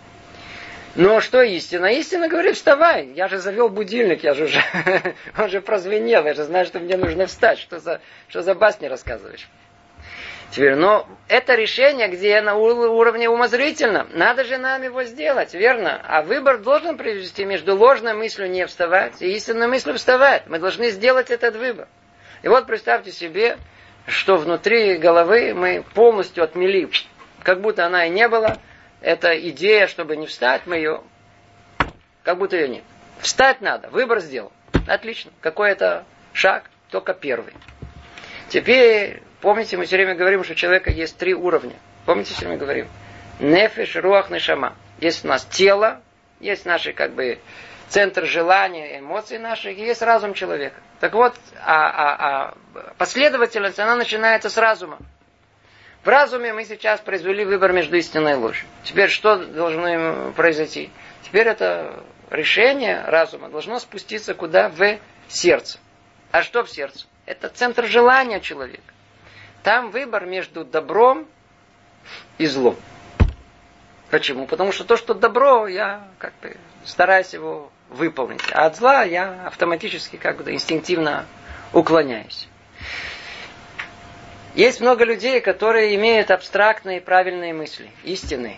Но что истина? Истина говорит, вставай. Я же завел будильник, он же прозвенел, я же знаю, что мне нужно встать. Что за басни рассказываешь? Теперь, но это решение, где на уровне умозрительном. Надо же нам его сделать, верно? А выбор должен привести между ложной мыслью не вставать и истинной мыслью вставать. Мы должны сделать этот выбор. И вот представьте себе, что внутри головы мы полностью отмели, как будто она и не была. Эта идея, чтобы не встать, мы ее, как будто ее нет. Встать надо, выбор сделал. Отлично. Какой это шаг? Только первый. Теперь, помните, мы все время говорим, что у человека есть 3 уровня. Помните, все время говорим? Нефеш, руах, нешама. Есть у нас тело, есть наши, центр желания, эмоций наших, и есть разум человека. Так вот, последовательность, она начинается с разума. В разуме мы сейчас произвели выбор между истиной и ложью. Теперь что должно произойти? Теперь это решение разума должно спуститься куда? В сердце. А что в сердце? Это центр желания человека. Там выбор между добром и злом. Почему? Потому что то, что добро, я стараюсь его выполнить. А от зла я автоматически, инстинктивно уклоняюсь. Есть много людей, которые имеют абстрактные правильные мысли, истинные.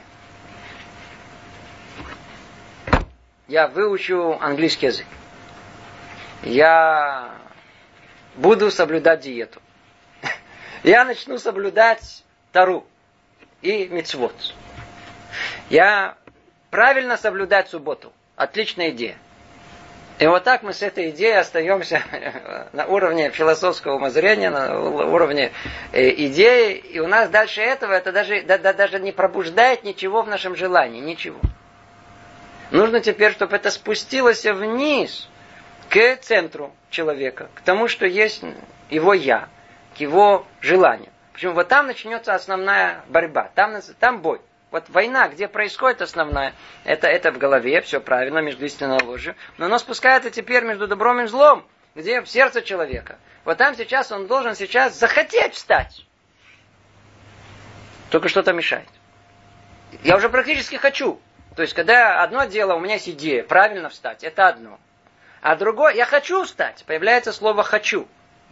Я выучу английский язык. Я буду соблюдать диету. Я начну соблюдать Тору и мицвот. Я правильно соблюдать субботу. Отличная идея. И вот так мы с этой идеей остаемся на уровне философского умозрения, на уровне идеи. И у нас дальше этого, это даже не пробуждает ничего в нашем желании. Ничего. Нужно теперь, чтобы это спустилось вниз, к центру человека, к тому, что есть его «я», к его желанию. Почему? Вот там начнется основная борьба, там бой. Вот война, где происходит основная, это в голове, все правильно, между истиной и ложью. Но оно спускается теперь между добром и злом, где в сердце человека. Вот там сейчас он должен захотеть встать. Только что-то мешает. Я уже практически хочу. То есть, когда одно дело, у меня есть идея, правильно встать, это одно. А другое, я хочу встать, появляется слово «хочу».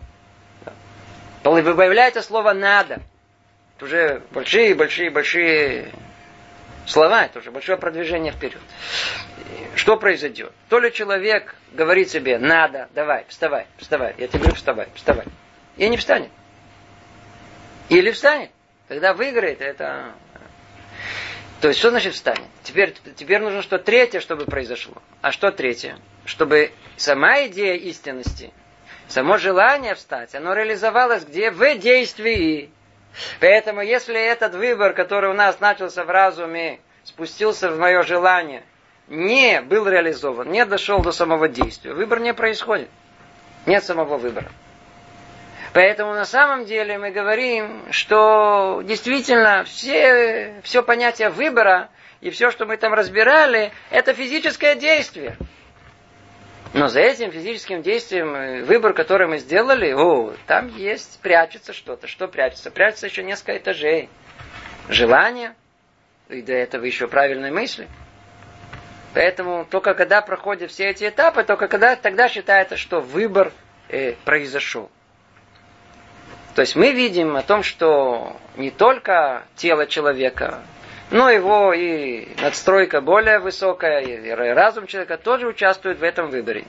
Появляется слово «надо». Это уже большие слова, это уже большое продвижение вперед. Что произойдет? То ли человек говорит себе «надо, давай, вставай». Я тебе говорю вставай. И не встанет. Или встанет. Когда выиграет, это... То есть, что значит встанет? Теперь нужно что третье, чтобы произошло. А что третье? Чтобы сама идея истинности, само желание встать, оно реализовалось где? В действии. Поэтому, если этот выбор, который у нас начался в разуме, спустился в мое желание, не был реализован, не дошел до самого действия, выбор не происходит. Нет самого выбора. Поэтому на самом деле мы говорим, что действительно все понятие выбора и все, что мы там разбирали, это физическое действие. Но за этим физическим действием, выбор, который мы сделали, там прячется что-то. Что прячется? Прячется еще несколько этажей. Желание, и до этого еще правильные мысли. Поэтому только когда проходят все эти этапы, тогда считается, что выбор произошел. То есть мы видим о том, что не только тело человека, но его и надстройка более высокая, и разум человека тоже участвует в этом выборе.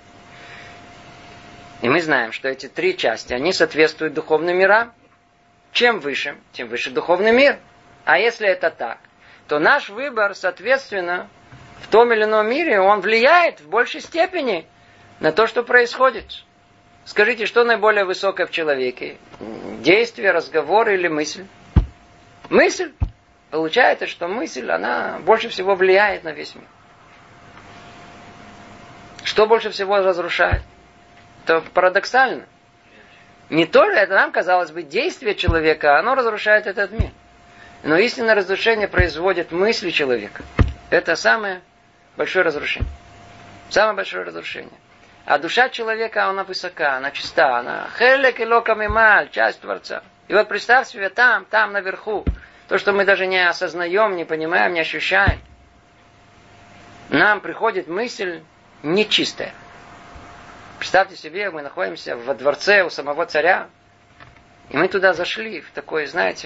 И мы знаем, что эти 3 части, они соответствуют духовным мирам. Чем выше, тем выше духовный мир. А если это так, то наш выбор, соответственно, в том или ином мире, он влияет в большей степени на то, что происходит. Скажите, что наиболее высокое в человеке? Действие, разговор или мысль? Мысль. Получается, что мысль, она больше всего влияет на весь мир. Что больше всего разрушает? Это парадоксально. Не только это нам, казалось бы, действие человека, оно разрушает этот мир. Но истинное разрушение производит мысли человека. Это самое большое разрушение. Самое большое разрушение. А душа человека, она высока, она чиста, она хелек и локамималь, часть Творца. И вот представь себе там наверху, то, что мы даже не осознаем, не понимаем, не ощущаем. Нам приходит мысль нечистая. Представьте себе, мы находимся во дворце у самого царя, и мы туда зашли, в такой, знаете,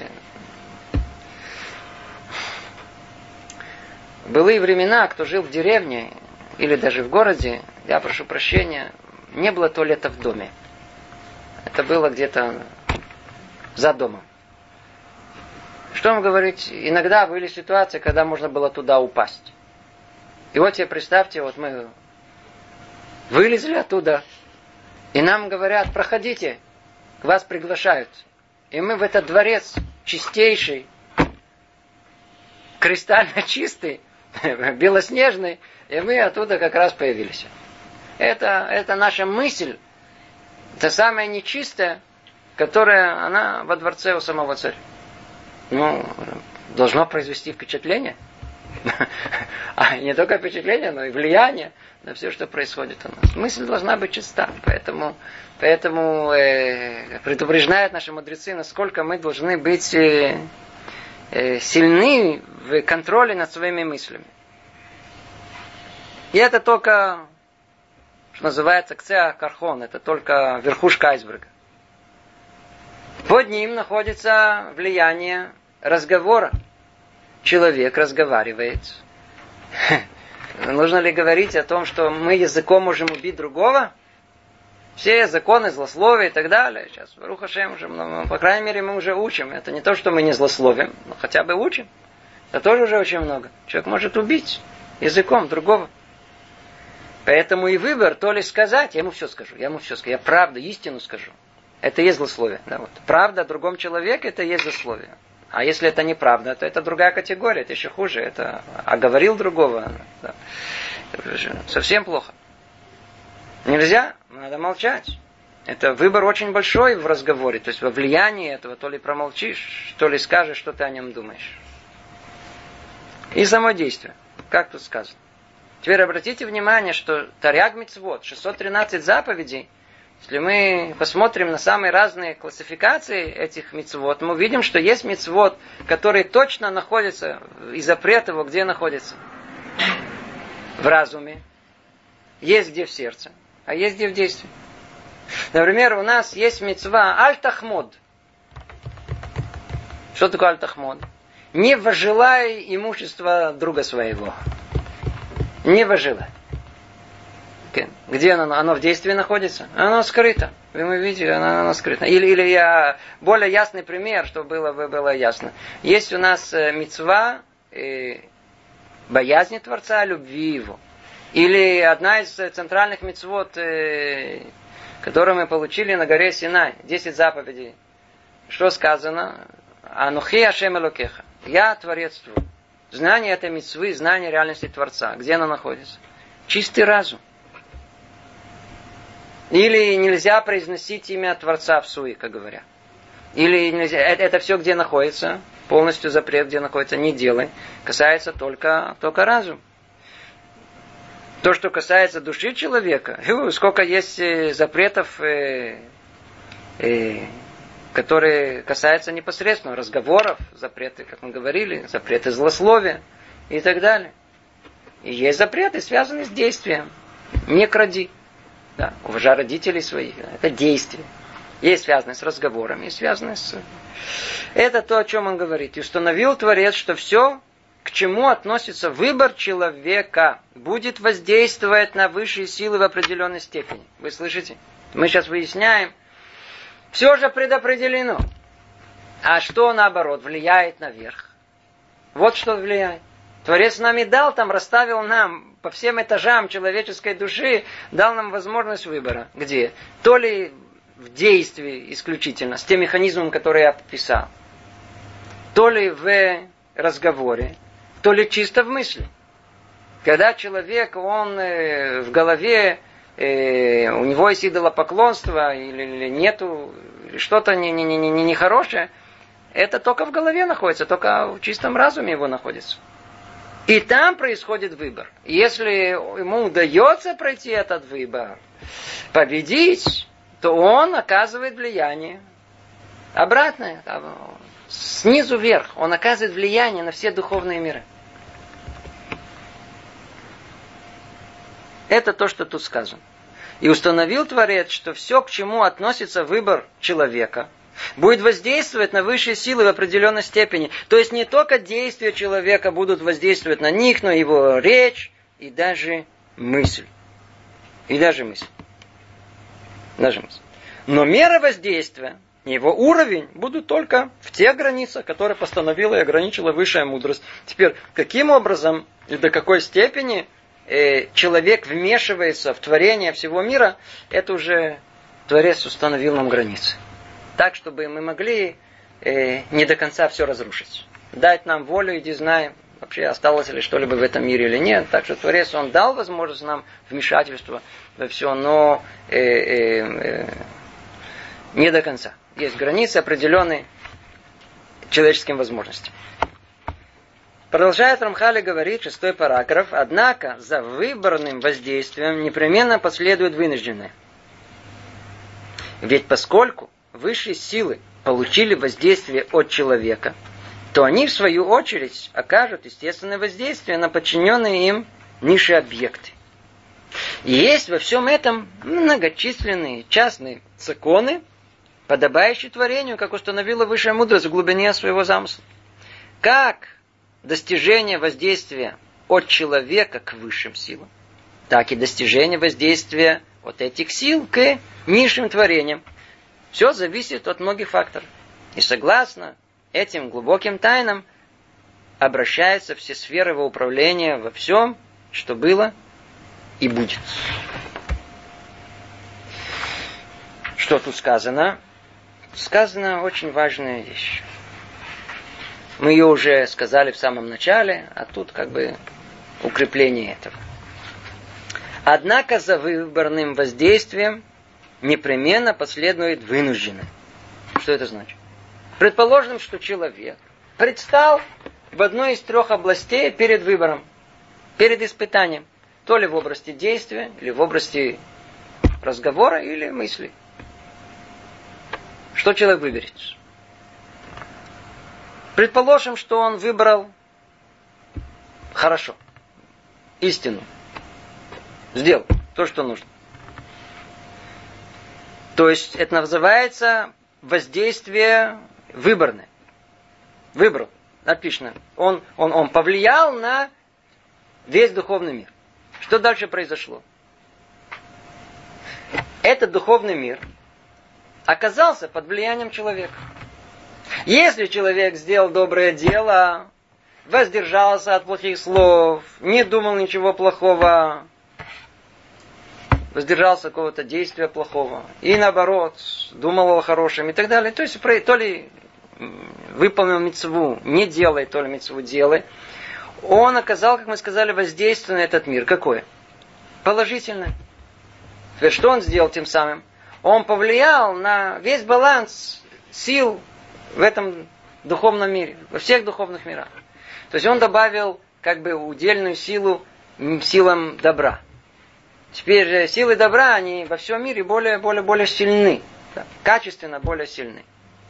в былые времена, кто жил в деревне или даже в городе, я прошу прощения, не было туалета в доме. Это было где-то за домом. Что вам говорить? Иногда были ситуации, когда можно было туда упасть. И вот себе представьте, вот мы вылезли оттуда, и нам говорят, проходите, вас приглашают. И мы в этот дворец чистейший, кристально чистый, белоснежный, и мы оттуда как раз появились. Это наша мысль, это самая нечистая, которая она во дворце у самого царя. Ну, должно произвести впечатление. А не только впечатление, но и влияние на все, что происходит у нас. Мысль должна быть чиста. Поэтому предупреждают наши мудрецы, насколько мы должны быть сильны в контроле над своими мыслями. И это только, что называется, кцеа кархон, это только верхушка айсберга. Под ним находится влияние разговора. Человек разговаривает. Нужно ли говорить о том, что мы языком можем убить другого? Все законы злословия и так далее. Сейчас, Барух Ашем, уже, по крайней мере, мы уже учим. Это не то, что мы не злословим, но хотя бы учим. Это тоже уже очень много. Человек может убить языком другого. Поэтому и выбор, то ли сказать, я ему все скажу, я правду, истину скажу. Это и есть злословие. Да, вот. Правда о другом человеке, это и есть злословие. А если это неправда, то это другая категория, это еще хуже. Это оговорил другого. Да. Это совсем плохо. Нельзя, надо молчать. Это выбор очень большой в разговоре. То есть во влиянии этого то ли промолчишь, то ли скажешь, что ты о нем думаешь. И само действие. Как тут сказано. Теперь обратите внимание, что Тарьяг Мицвот, 613 заповедей, если мы посмотрим на самые разные классификации этих мицвот, мы увидим, что есть мицвот, который точно находится, и запрет его где находится? В разуме. Есть где в сердце, а есть где в действии. Например, у нас есть мицва аль-тахмод. Что такое аль-тахмод? Не вожелай имущества друга своего. Не вожелай. Где оно в действии находится? Оно скрыто. Вы видите, оно скрыто. Или я более ясный пример, чтобы было ясно. Есть у нас мицва боязни Творца, любви Его. Или одна из центральных мицвот, которую мы получили на горе Синай. 10 заповедей. Что сказано? Анухи Ашем Элокеха. Я Творец твой. Знание этой мицвы, знание реальности Творца. Где оно находится? Чистый разум. Или нельзя произносить имя Творца в суе, как говорят. Или нельзя. Это все где находится? Полностью запрет, где находится, не делай. Касается только разум. То, что касается души человека, сколько есть запретов, которые касаются непосредственно разговоров, запреты, как мы говорили, запреты злословия и так далее. И есть запреты, связанные с действием. Не кради. Да, уважай родителей своих. Это действие. Есть связанное с разговорами, есть связанное с... Это то, о чем он говорит. И установил Творец, что все, к чему относится выбор человека, будет воздействовать на высшие силы в определенной степени. Вы слышите? Мы сейчас выясняем. Все же предопределено. А что, наоборот, влияет наверх? Вот что влияет. Творец нам и дал, там расставил нам по всем этажам человеческой души дал нам возможность выбора. Где? То ли в действии исключительно, с тем механизмом, который я описал, то ли в разговоре, то ли чисто в мысли. Когда человек, он в голове, у него есть идолопоклонство, или нету, или что-то нехорошее, это только в голове находится, только в чистом разуме его находится. И там происходит выбор. Если ему удается пройти этот выбор, победить, то он оказывает влияние. Обратное, снизу вверх, он оказывает влияние на все духовные миры. Это то, что тут сказано. И установил Творец, что все, к чему относится выбор человека, будет воздействовать на высшие силы в определенной степени. То есть не только действия человека будут воздействовать на них, но его речь и даже мысль. И даже мысль. Даже мысль. Но мера воздействия, его уровень будут только в тех границах, которые постановила и ограничила высшая мудрость. Теперь, каким образом и до какой степени человек вмешивается в творение всего мира, это уже Творец установил нам границы. Так, чтобы мы могли не до конца все разрушить. Дать нам волю, иди знаем, вообще осталось ли что-либо в этом мире или нет. Так что Творец, он дал возможность нам вмешательства во все, но не до конца. Есть границы определенные человеческим возможностям. Продолжает Рамхаль говорить, 6 параграф, однако за выборным воздействием непременно последует вынужденное. Ведь поскольку высшие силы получили воздействие от человека, то они, в свою очередь, окажут естественное воздействие на подчиненные им низшие объекты. И есть во всем этом многочисленные частные законы, подобающие творению, как установила высшая мудрость в глубине своего замысла. Как достижение воздействия от человека к высшим силам, так и достижение воздействия от этих сил к низшим творениям. Все зависит от многих факторов. И согласно этим глубоким тайнам обращаются все сферы его управления во всем, что было и будет. Что тут сказано? Сказана очень важная вещь. Мы ее уже сказали в самом начале, а тут как бы укрепление этого. Однако за выборным воздействием непременно последует вынужденное. Что это значит? Предположим, что человек предстал в одной из 3 областей перед выбором, перед испытанием. То ли в области действия, или в области разговора, или мысли. Что человек выберет? Предположим, что он выбрал хорошо, истину. Сделал то, что нужно. То есть это называется воздействие выборное. Выбрал. Отлично. Он повлиял на весь духовный мир. Что дальше произошло? Этот духовный мир оказался под влиянием человека. Если человек сделал доброе дело, воздержался от плохих слов, не думал ничего плохого, воздержался от какого-то действия плохого, и наоборот, думал о хорошем и так далее, то есть то ли выполнил мицву, не делай, то ли мицву делай, он оказал, как мы сказали, воздействие на этот мир. Какое? Положительное. Что он сделал тем самым? Он повлиял на весь баланс сил в этом духовном мире, во всех духовных мирах. То есть он добавил как бы удельную силу силам добра. Теперь же силы добра, они во всем мире более сильны. Да, качественно более сильны.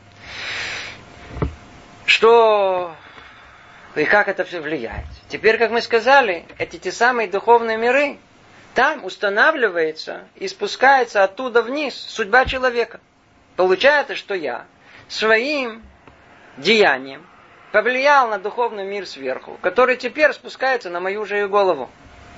Что и как это все влияет? Теперь, как мы сказали, те самые духовные миры, там устанавливается и спускается оттуда вниз судьба человека. Получается, что я своим деянием повлиял на духовный мир сверху, который теперь спускается на мою же голову.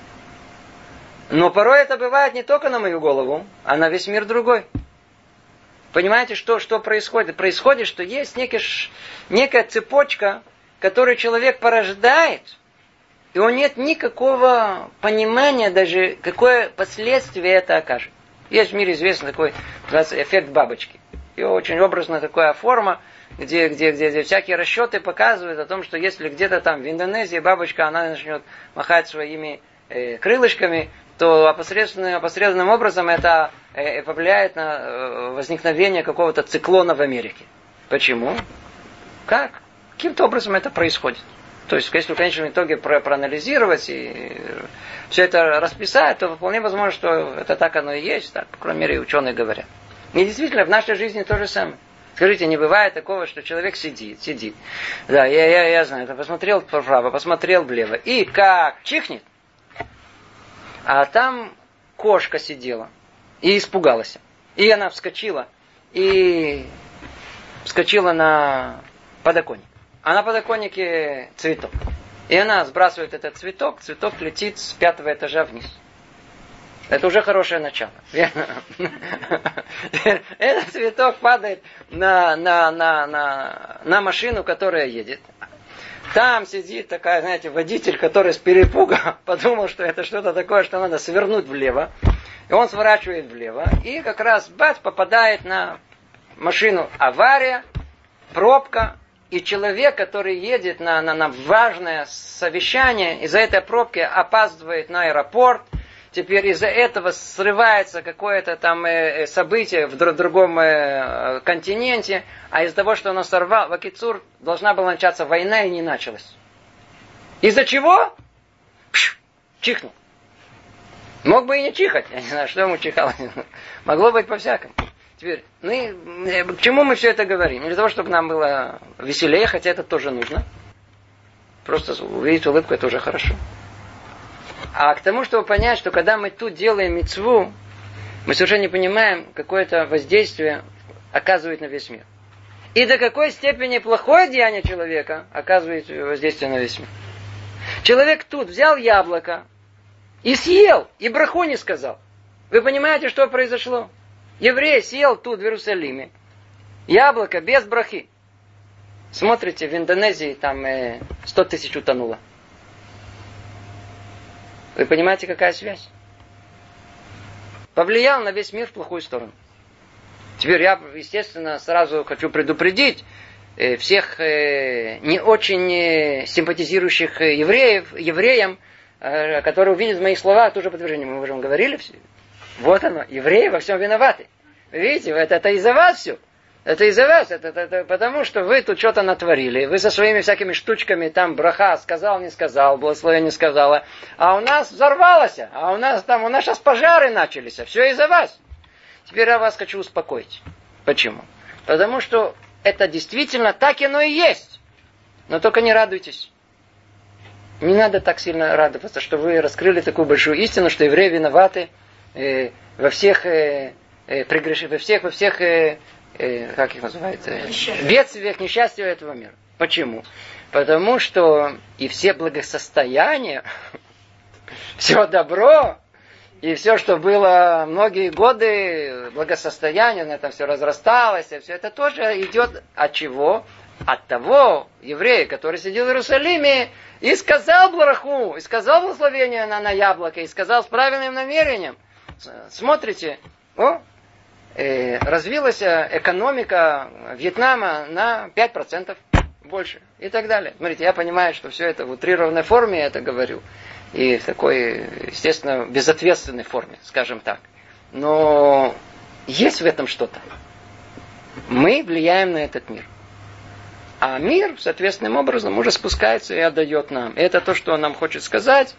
Но порой это бывает не только на мою голову, а на весь мир другой. Понимаете, что происходит? Происходит, что есть некая цепочка, которую человек порождает, И у него нет никакого понимания даже, какое последствие это окажет. Есть в мире известный такой, называется, эффект бабочки. И очень образная такая форма, где всякие расчеты показывают о том, что если где-то там в Индонезии бабочка, она начнет махать своими крылышками, то опосредованным образом это повлияет на возникновение какого-то циклона в Америке. Почему? Как? Каким-то образом это происходит. То есть, если в конечном итоге проанализировать и все это расписать, то вполне возможно, что это так оно и есть, так, по крайней мере, ученые говорят. И действительно, в нашей жизни то же самое. Скажите, не бывает такого, что человек сидит. Да, я знаю, это посмотрел вправо, посмотрел влево. И как чихнет. А там кошка сидела. И испугалась. И она вскочила на подоконник. А на подоконнике цветок. И она сбрасывает этот цветок летит с 5-го этажа вниз. Это уже хорошее начало. Этот цветок падает на машину, которая едет. Там сидит такая, знаете, водитель, который с перепуга подумал, что это что-то такое, что надо свернуть влево. И он сворачивает влево. И как раз попадает на машину. Авария, пробка. И человек, который едет на важное совещание, из-за этой пробки опаздывает на аэропорт. Теперь из-за этого срывается какое-то там событие в другом континенте. А из-за того, что оно сорвало, в Акицур должна была начаться война и не началась. Из-за чего? Чихнул. Мог бы и не чихать. Я не знаю, что ему чихало. Могло быть по-всякому. Теперь, к чему мы все это говорим? Не для того, чтобы нам было веселее, хотя это тоже нужно. Просто увидеть улыбку, это уже хорошо. А к тому, чтобы понять, что когда мы тут делаем мицву, мы совершенно не понимаем, какое это воздействие оказывает на весь мир. И до какой степени плохое деяние человека оказывает воздействие на весь мир. Человек тут взял яблоко и съел, и браху не сказал. Вы понимаете, что произошло? Еврей съел тут, в Иерусалиме, яблоко без брахи. Смотрите, в Индонезии там 100 тысяч утонуло. Вы понимаете, какая связь? Повлиял на весь мир в плохую сторону. Теперь я, естественно, сразу хочу предупредить всех не очень симпатизирующих евреям, которые увидят мои слова, тоже подтверждение. Мы уже вам говорили все. Вот оно, евреи во всем виноваты. Вы видите, это из-за вас все. Это из-за вас, это потому, что вы тут что-то натворили. Вы со своими всякими штучками, там, браха, сказал, не сказал, благословение не сказала. А у нас взорвалось, а у нас сейчас пожары начались. Все из-за вас. Теперь я вас хочу успокоить. Почему? Потому что это действительно так оно и есть. Но только не радуйтесь. Не надо так сильно радоваться, что вы раскрыли такую большую истину, что евреи виноваты во всех как их называют? Бедствиях, несчастьях этого мира. Почему? Потому что и все благосостояния, все добро, и все, что было многие годы, благосостояние, на этом все разрасталось, и все это тоже идет от чего? От того еврея, который сидел в Иерусалиме и сказал браху, и сказал благословение на яблоко, и сказал с правильным намерением. Смотрите, развилась экономика Вьетнама на 5% больше и так далее. Смотрите, я понимаю, что все это в утрированной форме я это говорю. И в такой, естественно, безответственной форме, скажем так. Но есть в этом что-то. Мы влияем на этот мир. А мир, соответственным образом, уже спускается и отдает нам. И это то, что он нам хочет сказать.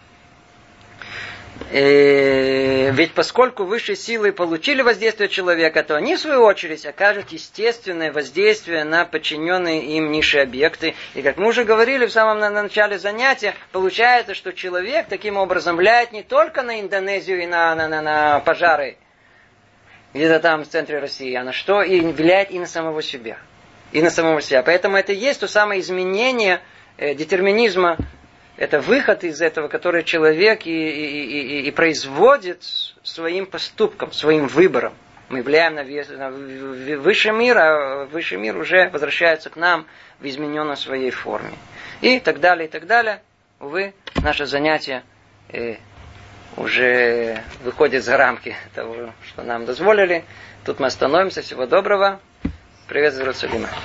Ведь поскольку высшие силы получили воздействие человека, то они, в свою очередь, окажут естественное воздействие на подчиненные им низшие объекты. И как мы уже говорили в самом начале занятия, получается, что человек таким образом влияет не только на Индонезию и на пожары, где-то там в центре России, а на что? И влияет и на самого себя. И на самого себя. Поэтому это и есть то самое изменение детерминизма. Это выход из этого, который человек и производит своим поступком, своим выбором. Мы влияем на высший мир, а высший мир уже возвращается к нам в измененной своей форме. И так далее, и так далее. увы, наше занятие уже выходит за рамки того, что нам дозволили. Тут мы остановимся. Всего доброго. Привет из Иерусалима.